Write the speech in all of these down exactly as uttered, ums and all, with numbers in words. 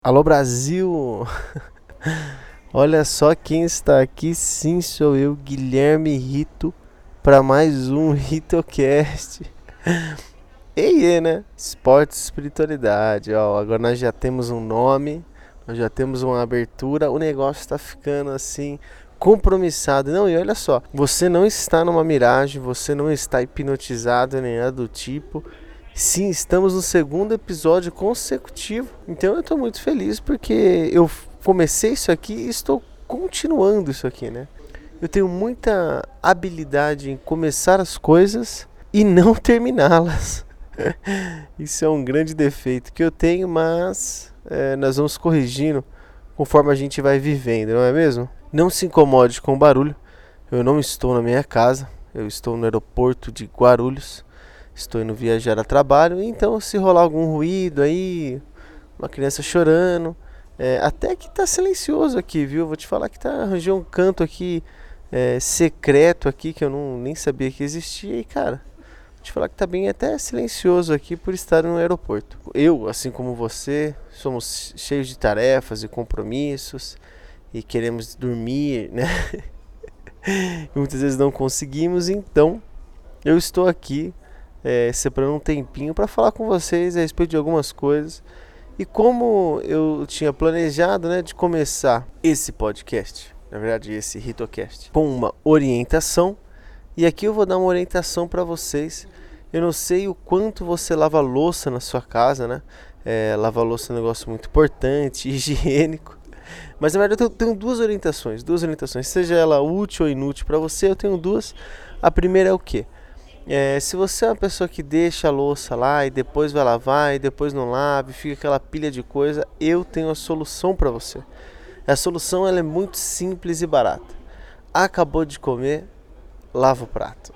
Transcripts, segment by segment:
Alô Brasil! Olha só quem está aqui, sim, sou eu, Guilherme Rito, para mais um RitoCast. E aí, né? Esporte e espiritualidade, ó, agora nós já temos um nome, nós já temos uma abertura, o negócio está ficando assim, compromissado. Não, e olha só, você não está numa miragem, você não está hipnotizado nem nada do tipo. Sim, estamos no segundo episódio consecutivo. Então eu estou muito feliz porque eu comecei isso aqui e estou continuando isso aqui, né? Eu tenho muita habilidade em começar as coisas e não terminá-las. Isso é um grande defeito que eu tenho, mas é, nós vamos corrigindo conforme a gente vai vivendo, não é mesmo? Não se incomode com o barulho. Eu não estou na minha casa, eu estou no aeroporto de Guarulhos. Estou indo viajar a trabalho, então se rolar algum ruído aí, uma criança chorando, é, até que tá silencioso aqui, viu? Vou te falar que tá arranjei um canto aqui é, secreto aqui que eu não, nem sabia que existia e cara, vou te falar que tá bem até silencioso aqui por estar no aeroporto. Eu, assim como você, somos cheios de tarefas e compromissos e queremos dormir, né? E muitas vezes não conseguimos, então eu estou aqui É, separando um tempinho para falar com vocês a respeito de algumas coisas. E como eu tinha planejado, né, de começar esse podcast, na verdade esse RitoCast, com uma orientação, e aqui eu vou dar uma orientação para vocês. Eu não sei o quanto você lava louça na sua casa, né? É, lavar louça é um negócio muito importante, higiênico. Mas na verdade eu tenho duas orientações, duas orientações, seja ela útil ou inútil para você, eu tenho duas. A primeira é o quê? É, se você é uma pessoa que deixa a louça lá e depois vai lavar e depois não lava, fica aquela pilha de coisa, eu tenho a solução para você. A solução ela é muito simples e barata. Acabou de comer, lava o prato.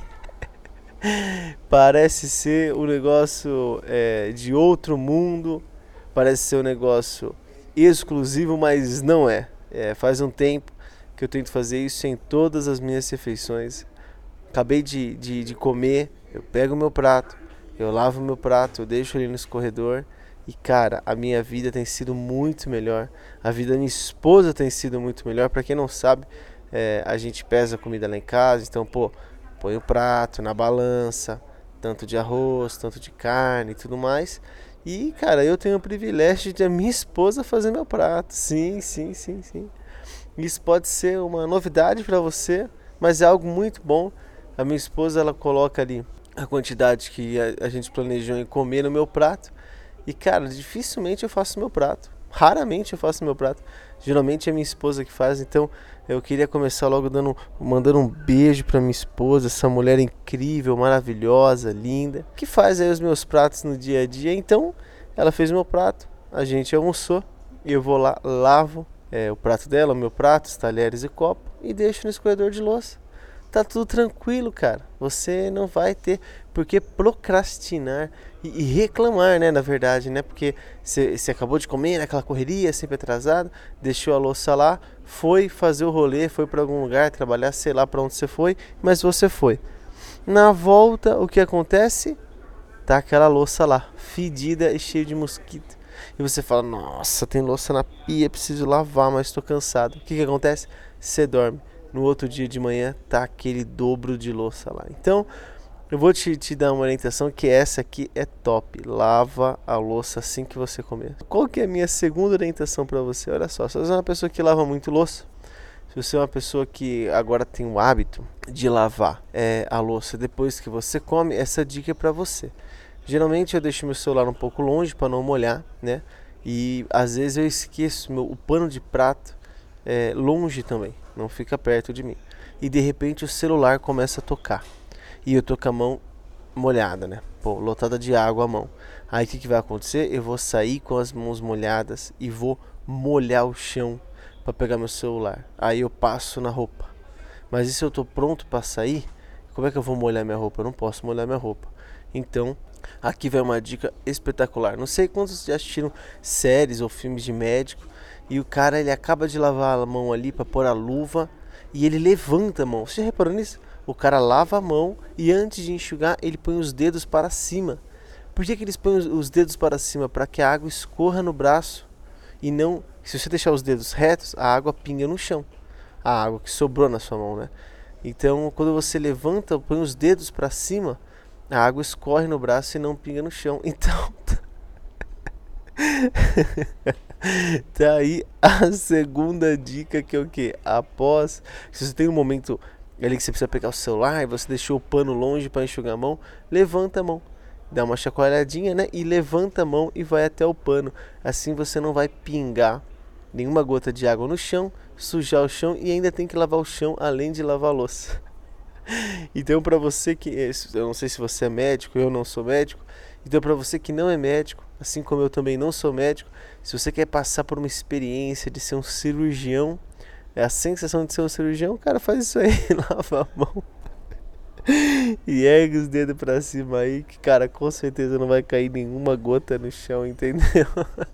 Parece ser um negócio é, de outro mundo, parece ser um negócio exclusivo, mas não é. É. Faz um tempo que eu tento fazer isso em todas as minhas refeições. Acabei de, de, de comer, eu pego o meu prato, eu lavo o meu prato, eu deixo ele no escorredor e cara, a minha vida tem sido muito melhor, a vida da minha esposa tem sido muito melhor. Pra quem não sabe, é, a gente pesa a comida lá em casa, então pô, põe o prato na balança, tanto de arroz, tanto de carne e tudo mais. E cara, eu tenho o privilégio de a minha esposa fazer meu prato, sim, sim, sim, sim. Isso pode ser uma novidade pra você, mas é algo muito bom. A minha esposa ela coloca ali a quantidade que a, a gente planejou em comer no meu prato. E cara, dificilmente eu faço meu prato. Raramente eu faço meu prato. Geralmente é minha esposa que faz. Então eu queria começar logo dando, mandando um beijo pra minha esposa, essa mulher incrível, maravilhosa, linda, que faz aí os meus pratos no dia a dia. Então ela fez meu prato, a gente almoçou e eu vou lá, lavo é, o prato dela, o meu prato, os talheres e copo e deixo no escorredor de louça. Tá tudo tranquilo, cara. Você não vai ter por que procrastinar e, e reclamar, né? Na verdade, né? Porque você acabou de comer naquela correria, sempre atrasado, deixou a louça lá, foi fazer o rolê, foi para algum lugar trabalhar, sei lá para onde você foi, mas você foi. Na volta, o que acontece? Tá aquela louça lá, fedida e cheia de mosquito. E você fala, nossa, tem louça na pia, preciso lavar, mas estou cansado. O que, que acontece? Você dorme. No outro dia de manhã tá aquele dobro de louça lá. Então eu vou te, te dar uma orientação que essa aqui é top. Lava a louça assim que você comer. Qual que é a minha segunda orientação para você? Olha só, se você é uma pessoa que lava muito louça, se você é uma pessoa que agora tem o hábito de lavar é, a louça depois que você come, essa dica é para você. Geralmente eu deixo meu celular um pouco longe para não molhar, né? E às vezes eu esqueço meu, o pano de prato é, longe também. Não fica perto de mim. E de repente o celular começa a tocar. E eu tô com a mão molhada, né? Pô, lotada de água a mão. Aí o que, que vai acontecer? Eu vou sair com as mãos molhadas e vou molhar o chão para pegar meu celular. Aí eu passo na roupa. Mas e se eu tô pronto para sair? Como é que eu vou molhar minha roupa? Eu não posso molhar minha roupa. Então, aqui vai uma dica espetacular. Não sei quantos já assistiram séries ou filmes de médico. E o cara, ele acaba de lavar a mão ali para pôr a luva e ele levanta a mão. Você já reparou nisso? O cara lava a mão e antes de enxugar, ele põe os dedos para cima. Por que, que eles põem os dedos para cima? Para que a água escorra no braço. e não, se você deixar os dedos retos, a água pinga no chão, a água que sobrou na sua mão, né? Então, quando você levanta, põe os dedos para cima, a água escorre no braço e não pinga no chão. Então, tá aí a segunda dica, que é o quê? Após, se você tem um momento ali que você precisa pegar o celular e você deixou o pano longe para enxugar a mão, levanta a mão, dá uma chacoalhadinha, né? E levanta a mão e vai até o pano. Assim você não vai pingar nenhuma gota de água no chão, sujar o chão e ainda tem que lavar o chão além de lavar a louça. Então, para você que, eu não sei se você é médico, eu não sou médico, então para você que não é médico, assim como eu também não sou médico, se você quer passar por uma experiência de ser um cirurgião, é a sensação de ser um cirurgião, cara, faz isso aí, lava a mão e ergue os dedos pra cima aí, que, cara, com certeza não vai cair nenhuma gota no chão, entendeu?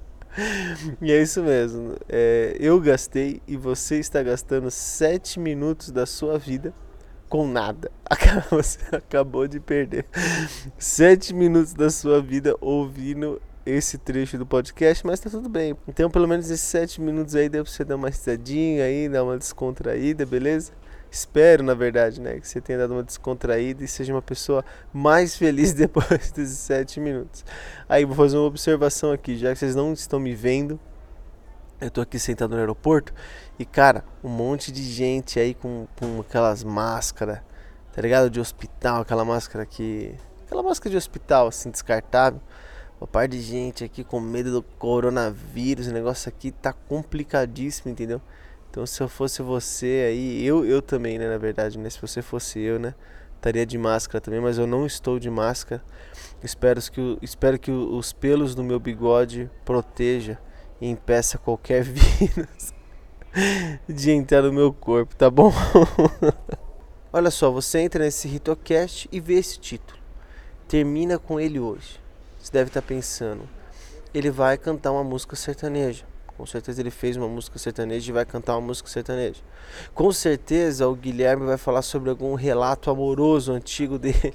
E é isso mesmo, é, eu gastei e você está gastando sete minutos da sua vida com nada. Você acabou de perder sete minutos da sua vida ouvindo esse trecho do podcast, mas tá tudo bem. Então, pelo menos esses sete minutos aí deu pra você dar uma risadinha aí, dar uma descontraída, beleza? Espero, na verdade, né, que você tenha dado uma descontraída e seja uma pessoa mais feliz depois desses sete minutos. Aí, vou fazer uma observação aqui, já que vocês não estão me vendo. Eu tô aqui sentado no aeroporto e, cara, um monte de gente aí com, com aquelas máscaras, tá ligado? De hospital, aquela máscara que... Aquela máscara de hospital, assim, descartável. Uma par de gente aqui com medo do coronavírus, o negócio aqui tá complicadíssimo, entendeu? Então, se eu fosse você aí, eu, eu também, né, na verdade, né? Se você fosse eu, né, estaria de máscara também, mas eu não estou de máscara. Espero que, espero que os pelos do meu bigode protejam e impeça qualquer vírus de entrar no meu corpo, tá bom? Olha só, você entra nesse Ritocast e vê esse título. Termina com ele hoje. Você deve estar pensando, ele vai cantar uma música sertaneja. Com certeza ele fez uma música sertaneja e vai cantar uma música sertaneja. Com certeza o Guilherme vai falar sobre algum relato amoroso antigo dele.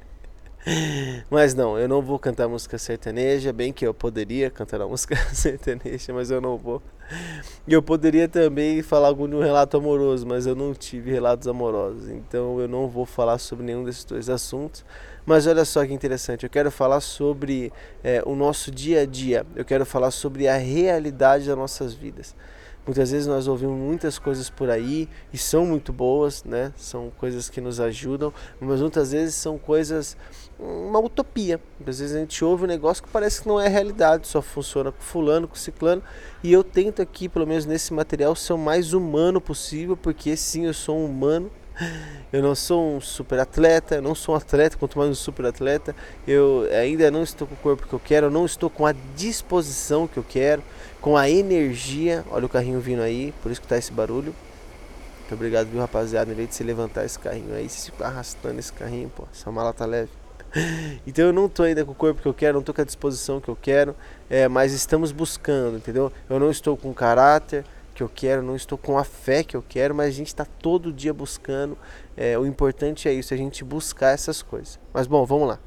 Mas não, eu não vou cantar música sertaneja, bem que eu poderia cantar a música sertaneja, mas eu não vou. E eu poderia também falar algum de um relato amoroso, mas eu não tive relatos amorosos, então eu não vou falar sobre nenhum desses dois assuntos. Mas olha só que interessante, eu quero falar sobre é, o nosso dia a dia, eu quero falar sobre a realidade das nossas vidas. Muitas vezes nós ouvimos muitas coisas por aí e são muito boas, né? São coisas que nos ajudam, mas muitas vezes são coisas, uma utopia. Muitas vezes a gente ouve um negócio que parece que não é realidade, só funciona com fulano, com ciclano. E eu tento aqui, pelo menos nesse material, ser o mais humano possível, porque sim, eu sou um humano. Eu não sou um super atleta, eu não sou um atleta, quanto mais um super atleta. Eu ainda não estou com o corpo que eu quero, eu não estou com a disposição que eu quero, com a energia. Olha o carrinho vindo aí, por isso que tá esse barulho. Muito obrigado, viu, rapaziada? Em vez de você levantar esse carrinho aí, você fica arrastando esse carrinho, pô, essa mala tá leve. Então eu não tô ainda com o corpo que eu quero, não tô com a disposição que eu quero, é, mas estamos buscando, entendeu? Eu não estou com o caráter que eu quero, não estou com a fé que eu quero, mas a gente está todo dia buscando. É, o importante é isso, a gente buscar essas coisas. Mas bom, vamos lá.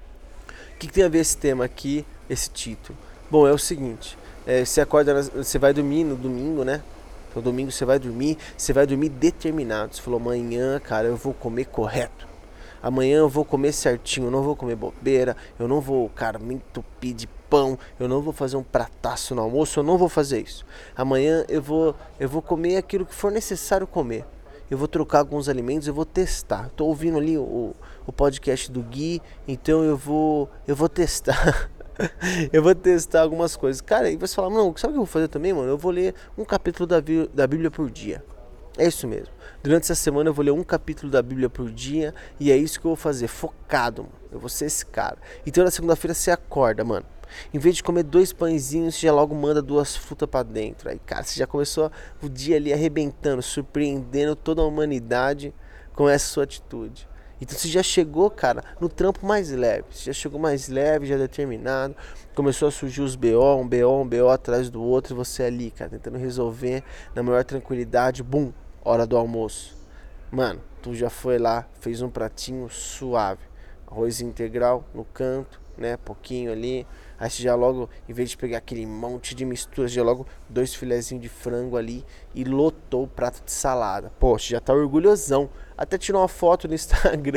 O que, que tem a ver esse tema aqui, esse título? Bom, é o seguinte, é, você acorda, você vai dormir no domingo, né? No domingo você vai dormir, você vai dormir determinado. Você falou, amanhã, cara, eu vou comer correto. Amanhã eu vou comer certinho, eu não vou comer bobeira, eu não vou, cara, me entupir de pão, eu não vou fazer um prataço no almoço, eu não vou fazer isso. Amanhã eu vou, eu vou comer aquilo que for necessário comer. Eu vou trocar alguns alimentos, eu vou testar. Estou ouvindo ali o, o podcast do Gui, então eu vou, eu vou testar. Eu vou testar algumas coisas. Cara, e você fala, não, sabe o que eu vou fazer também, mano? Eu vou ler um capítulo da, da Bíblia por dia. É isso mesmo. Durante essa semana eu vou ler um capítulo da Bíblia por dia e é isso que eu vou fazer, focado, mano. Eu vou ser esse cara. Então na segunda-feira você acorda, mano. Em vez de comer dois pãezinhos, você já logo manda duas frutas pra dentro. Aí, cara, você já começou o dia ali arrebentando, surpreendendo toda a humanidade com essa sua atitude. Então você já chegou, cara, no trampo mais leve. Você já chegou mais leve, já determinado. Começou a surgir os B O, um B O, um B O atrás do outro. E você ali, cara, tentando resolver na maior tranquilidade. Bum, hora do almoço. Mano, tu já foi lá, fez um pratinho suave. Arroz integral no canto, né, pouquinho ali. Aí você já logo, em vez de pegar aquele monte de mistura, já logo dois filezinhos de frango ali e lotou o prato de salada. Poxa, já tá orgulhosão. Até tirou uma foto no Instagram.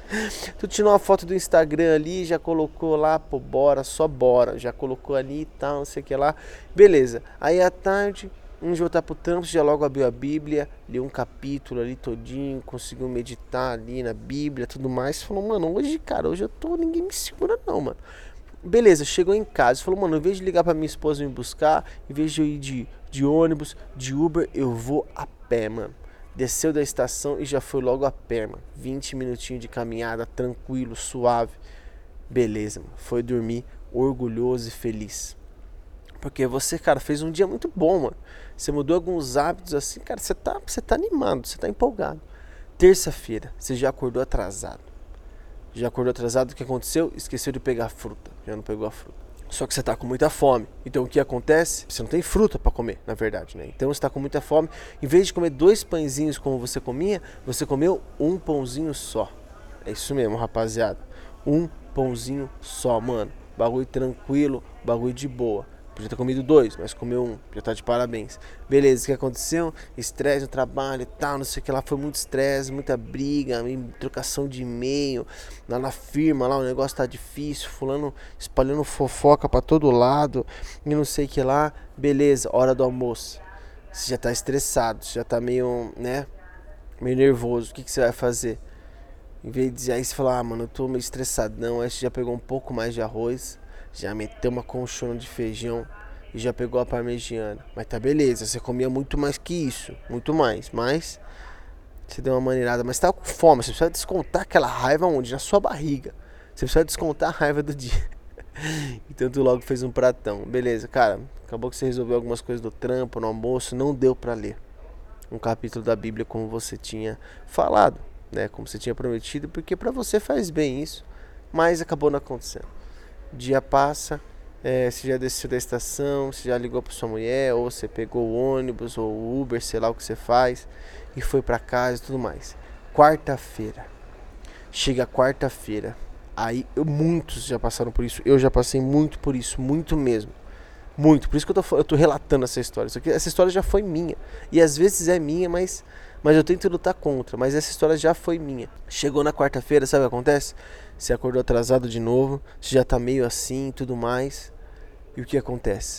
Tu tirou uma foto do Instagram ali, já colocou lá, pô, bora, só bora. Já colocou ali e tal, não sei o que lá. Beleza. Aí à tarde, um de voltar pro trampo, já logo abriu a Bíblia, leu um capítulo ali todinho, conseguiu meditar ali na Bíblia, tudo mais. Falou, mano, hoje, cara, hoje eu tô, ninguém me segura não, mano. Beleza, chegou em casa, falou, mano, em vez de ligar pra minha esposa me buscar, em vez de eu ir de, de ônibus, de Uber, eu vou a pé, mano. Desceu da estação e já foi logo a pé, mano. vinte minutinhos de caminhada, tranquilo, suave. Beleza, mano. Foi dormir orgulhoso e feliz. Porque você, cara, fez um dia muito bom, mano. Você mudou alguns hábitos assim, cara, você tá, você tá animado, você tá empolgado. Terça-feira, você já acordou atrasado. Já acordou atrasado, o que aconteceu? Esqueceu de pegar a fruta. Já não pegou a fruta. Só que você tá com muita fome. Então o que acontece? Você não tem fruta para comer, na verdade, né? Então você tá com muita fome. Em vez de comer dois pãezinhos como você comia, você comeu um pãozinho só. É isso mesmo, rapaziada. Um pãozinho só, mano. Bagulho tranquilo, bagulho de boa. Podia ter comido dois, mas comeu um. Já tá de parabéns. Beleza, o que aconteceu? Estresse no trabalho e tal, não sei o que lá. Foi muito estresse, muita briga, trocação de e-mail. Lá na firma, lá o negócio tá difícil. Fulano espalhando fofoca pra todo lado. E não sei o que lá. Beleza, hora do almoço. Você já tá estressado, você já tá meio, né? Meio nervoso. O que, que você vai fazer? Em vez de aí você falar, ah, mano, eu tô meio estressadão. Aí você já pegou um pouco mais de arroz. Já meteu uma conchona de feijão e já pegou a parmegiana. Mas tá beleza, você comia muito mais que isso. Muito mais, mas você deu uma maneirada. Mas tava com fome, você precisa descontar aquela raiva onde? Na sua barriga. Você precisa descontar a raiva do dia. Então tu logo fez um pratão. Beleza, cara, acabou que você resolveu algumas coisas do trampo, no almoço. Não deu pra ler um capítulo da Bíblia como você tinha falado, né? Como você tinha prometido, porque pra você faz bem isso. Mas acabou não acontecendo. O dia passa, é, você já desceu da estação, você já ligou para sua mulher, ou você pegou o ônibus ou o Uber, sei lá o que você faz, e foi para casa e tudo mais. Quarta-feira, chega quarta-feira, aí eu, muitos já passaram por isso, eu já passei muito por isso, muito mesmo, muito, por isso que eu tô, eu tô relatando essa história, isso aqui, essa história já foi minha, e às vezes é minha, mas... Mas eu tento lutar contra, mas essa história já foi minha. Chegou na quarta-feira, sabe o que acontece? Você acordou atrasado de novo, você já tá meio assim e tudo mais. E o que acontece?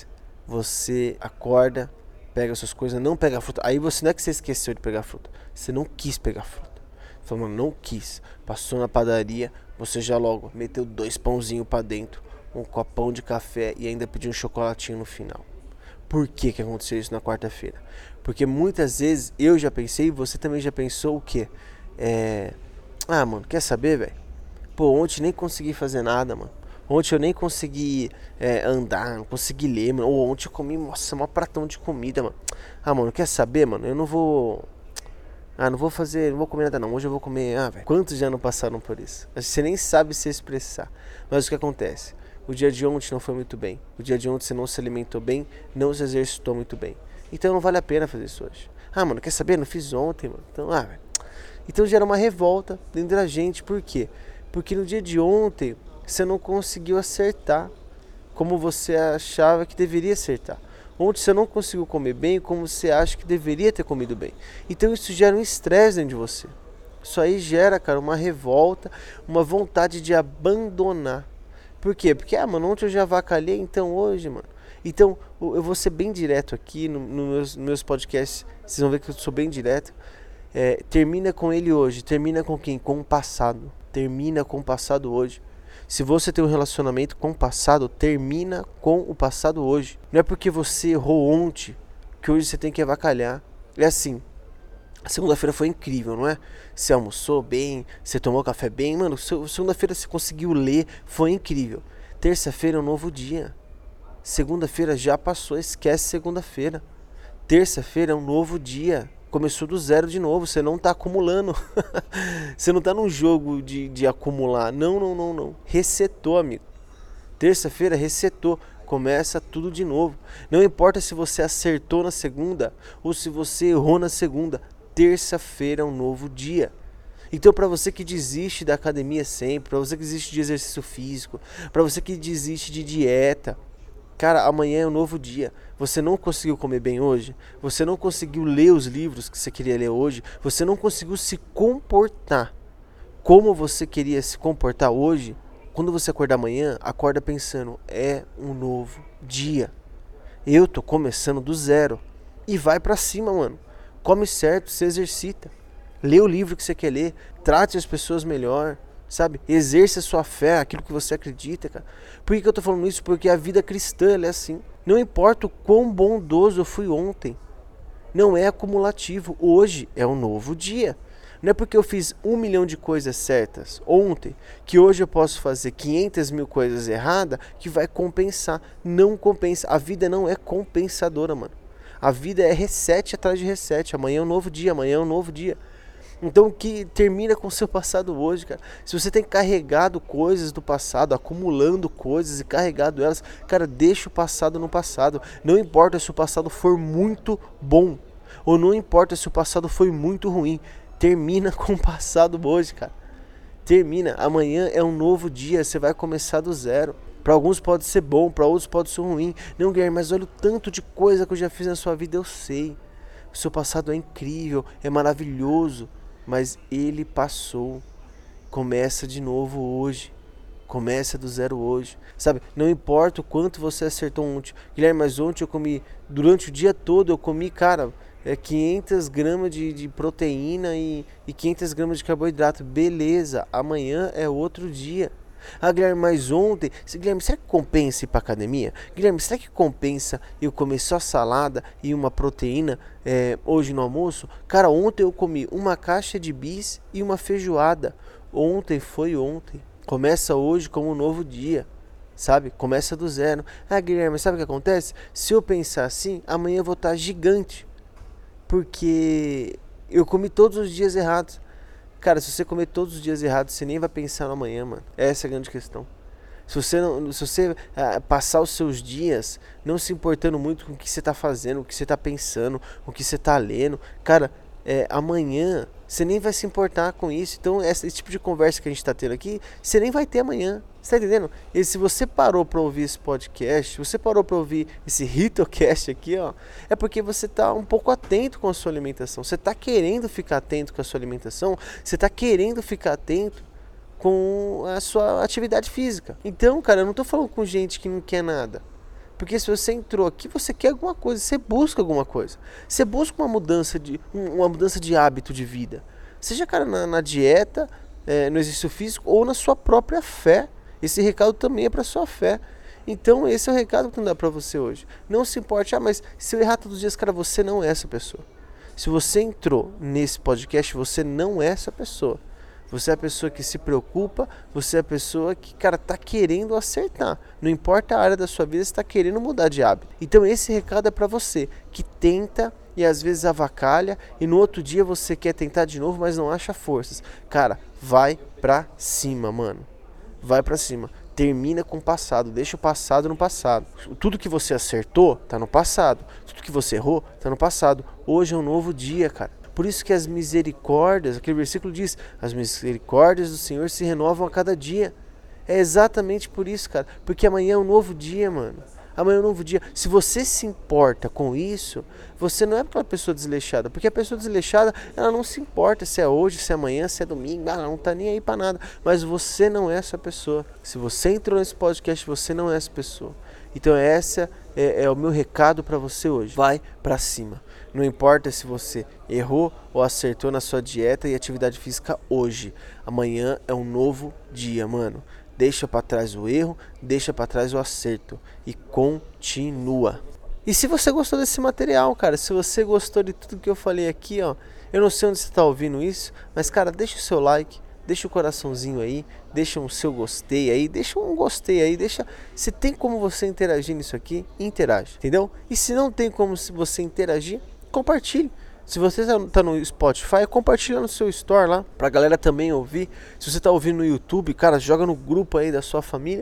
Você acorda, pega suas coisas, não pega a fruta. Aí você não é que você esqueceu de pegar a fruta, você não quis pegar a fruta. Você falou, mano, não quis. Passou na padaria, você já logo meteu dois pãozinhos pra dentro, um copão de café e ainda pediu um chocolatinho no final. Por que que aconteceu isso na quarta-feira? Porque muitas vezes eu já pensei, você também já pensou o quê? É... Ah, mano, quer saber, velho? Pô, ontem nem consegui fazer nada, mano. Ontem eu nem consegui é, andar, não consegui ler, mano. Ou ontem eu comi, nossa, maior pratão de comida, mano. Ah, mano, quer saber, mano? Eu não vou... Ah, não vou fazer, não vou comer nada não. Hoje eu vou comer... Ah, velho, quantos já não passaram por isso? Você nem sabe se expressar. Mas o que acontece? O dia de ontem não foi muito bem. O dia de ontem você não se alimentou bem, não se exercitou muito bem. Então não vale a pena fazer isso hoje. Ah, mano, quer saber? Não fiz ontem, mano. Então, ah, velho. Então gera uma revolta dentro da gente. Por quê? Porque no dia de ontem você não conseguiu acertar como você achava que deveria acertar. Ontem você não conseguiu comer bem como você acha que deveria ter comido bem. Então isso gera um estresse dentro de você. Isso aí gera, cara, uma revolta, uma vontade de abandonar. Por quê? Porque, ah, mano, ontem eu já avacalhei, então hoje, mano. Então, eu vou ser bem direto aqui no, no meus, nos meus podcasts. Vocês vão ver que eu sou bem direto. É, termina com ele hoje. Termina com quem? Com o passado. Termina com o passado hoje. Se você tem um relacionamento com o passado, termina com o passado hoje. Não é porque você errou ontem que hoje você tem que avacalhar. É assim. A segunda-feira foi incrível, não é? Você almoçou bem, você tomou café bem. Mano, segunda-feira você conseguiu ler, foi incrível. Terça-feira é um novo dia. Segunda-feira já passou, esquece segunda-feira. Terça-feira é um novo dia. Começou do zero de novo, você não tá acumulando. Você não tá num jogo de, de acumular. Não, não, não, não. Resetou, amigo. Terça-feira resetou. Começa tudo de novo. Não importa se você acertou na segunda ou se você errou na segunda. Terça-feira é um novo dia. Então para você que desiste da academia sempre, para você que desiste de exercício físico, para você que desiste de dieta, cara, amanhã é um novo dia. Você não conseguiu comer bem hoje, você não conseguiu ler os livros que você queria ler hoje, você não conseguiu se comportar como você queria se comportar hoje. Quando você acordar amanhã, acorda pensando, é um novo dia. Eu tô começando do zero. E vai pra cima, mano. Come certo, se exercita. Lê o livro que você quer ler, trate as pessoas melhor, sabe? Exerça a sua fé, aquilo que você acredita, cara. Por que, que eu tô falando isso? Porque a vida cristã, ela é assim. Não importa o quão bondoso eu fui ontem, não é acumulativo. Hoje é um novo dia. Não é porque eu fiz um milhão de coisas certas ontem, que hoje eu posso fazer quinhentas mil coisas erradas, que vai compensar. Não compensa. A vida não é compensadora, mano. A vida é reset atrás de reset. Amanhã é um novo dia, amanhã é um novo dia. Então que termina com o seu passado hoje, cara. Se você tem carregado coisas do passado, acumulando coisas e carregado elas, cara, deixa o passado no passado. Não importa se o passado for muito bom, ou não importa se o passado foi muito ruim. Termina com o passado hoje, cara. Termina. Amanhã é um novo dia, você vai começar do zero. Para alguns pode ser bom, para outros pode ser ruim. Não, Guilherme, mas olha o tanto de coisa que eu já fiz na sua vida, eu sei. O seu passado é incrível, é maravilhoso, mas ele passou. Começa de novo hoje. Começa do zero hoje. Sabe, não importa o quanto você acertou ontem. Guilherme, mas ontem eu comi, durante o dia todo eu comi, cara, é quinhentas gramas de, de proteína e, e quinhentas gramas de carboidrato. Beleza, amanhã é outro dia. Ah, Guilherme, mas ontem... Guilherme, será que compensa ir pra academia? Guilherme, será que compensa eu comer só salada e uma proteína é, hoje no almoço? Cara, ontem eu comi uma caixa de bis e uma feijoada. Ontem foi ontem. Começa hoje como um novo dia. Sabe? Começa do zero. Ah, Guilherme, sabe o que acontece? Se eu pensar assim, amanhã eu vou estar gigante. Porque eu comi todos os dias errados. Cara, se você comer todos os dias errados, você nem vai pensar no amanhã, mano. Essa é a grande questão. Se você, não, se você ah, passar os seus dias não se importando muito com o que você está fazendo, o que você está pensando, o que você está lendo, cara, é, amanhã você nem vai se importar com isso. Então, esse, esse tipo de conversa que a gente está tendo aqui, você nem vai ter amanhã. Você tá entendendo? E se você parou para ouvir esse podcast, se você parou para ouvir esse Ritocast aqui, ó, é porque você tá um pouco atento com a sua alimentação. Você tá querendo ficar atento com a sua alimentação, você tá querendo ficar atento com a sua atividade física. Então, cara, eu não tô falando com gente que não quer nada. Porque se você entrou aqui, você quer alguma coisa, você busca alguma coisa. Você busca uma mudança de, uma mudança de hábito de vida. Seja, cara, na, na dieta, é, no exercício físico ou na sua própria fé. Esse recado também é para sua fé. Então esse é o recado que não dá para você hoje. Não se importe, ah, mas se eu errar todos os dias, cara, você não é essa pessoa. Se você entrou nesse podcast, você não é essa pessoa. Você é a pessoa que se preocupa, você é a pessoa que, cara, tá querendo acertar. Não importa a área da sua vida, você tá querendo mudar de hábito. Então esse recado é para você, que tenta e às vezes avacalha, e no outro dia você quer tentar de novo, mas não acha forças. Cara, vai pra cima, mano. Vai pra cima. Termina com o passado. Deixa o passado no passado. Tudo que você acertou, tá no passado. Tudo que você errou, tá no passado. Hoje é um novo dia, cara. Por isso que as misericórdias, aquele versículo diz, as misericórdias do Senhor se renovam a cada dia. É exatamente por isso, cara. Porque amanhã é um novo dia, mano. Amanhã é um novo dia. Se você se importa com isso, você não é aquela pessoa desleixada. Porque a pessoa desleixada, ela não se importa se é hoje, se é amanhã, se é domingo. Ela não tá nem aí pra nada. Mas você não é essa pessoa. Se você entrou nesse podcast, você não é essa pessoa. Então essa é, é o meu recado pra você hoje. Vai pra cima. Não importa se você errou ou acertou na sua dieta e atividade física hoje. Amanhã é um novo dia, mano. Deixa pra trás o erro, deixa pra trás o acerto e continua. E se você gostou desse material, cara, se você gostou de tudo que eu falei aqui, ó, eu não sei onde você tá ouvindo isso, mas, cara, deixa o seu like, deixa o coraçãozinho aí, deixa um seu gostei aí, deixa um gostei aí, deixa... Se tem como você interagir nisso aqui, interage, entendeu? E se não tem como você interagir, compartilhe. Se você tá no Spotify, compartilha no seu store lá, pra galera também ouvir. Se você tá ouvindo no YouTube, cara, joga no grupo aí da sua família.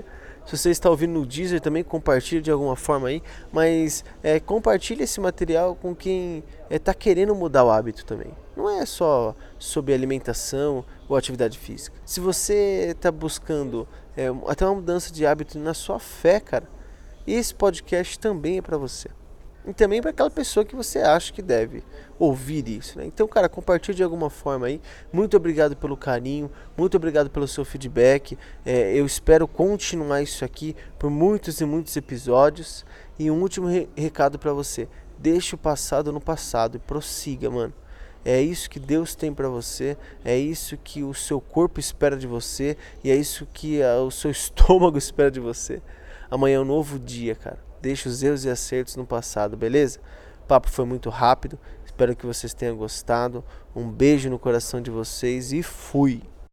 Se você está ouvindo no Deezer também, compartilha de alguma forma aí. Mas é, compartilha esse material com quem está é, querendo mudar o hábito também. Não é só sobre alimentação ou atividade física. Se você está buscando é, até uma mudança de hábito na sua fé, cara, esse podcast também é para você. E também para aquela pessoa que você acha que deve ouvir isso, né? Então, cara, compartilhe de alguma forma aí. Muito obrigado pelo carinho, muito obrigado pelo seu feedback. É, eu espero continuar isso aqui por muitos e muitos episódios. E um último re- recado para você: deixe o passado no passado e prossiga, mano. É isso que Deus tem para você, é isso que o seu corpo espera de você e é isso que a, o seu estômago espera de você. Amanhã é um novo dia, cara. Deixa os erros e acertos no passado, beleza? O papo foi muito rápido, espero que vocês tenham gostado. Um beijo no coração de vocês e fui!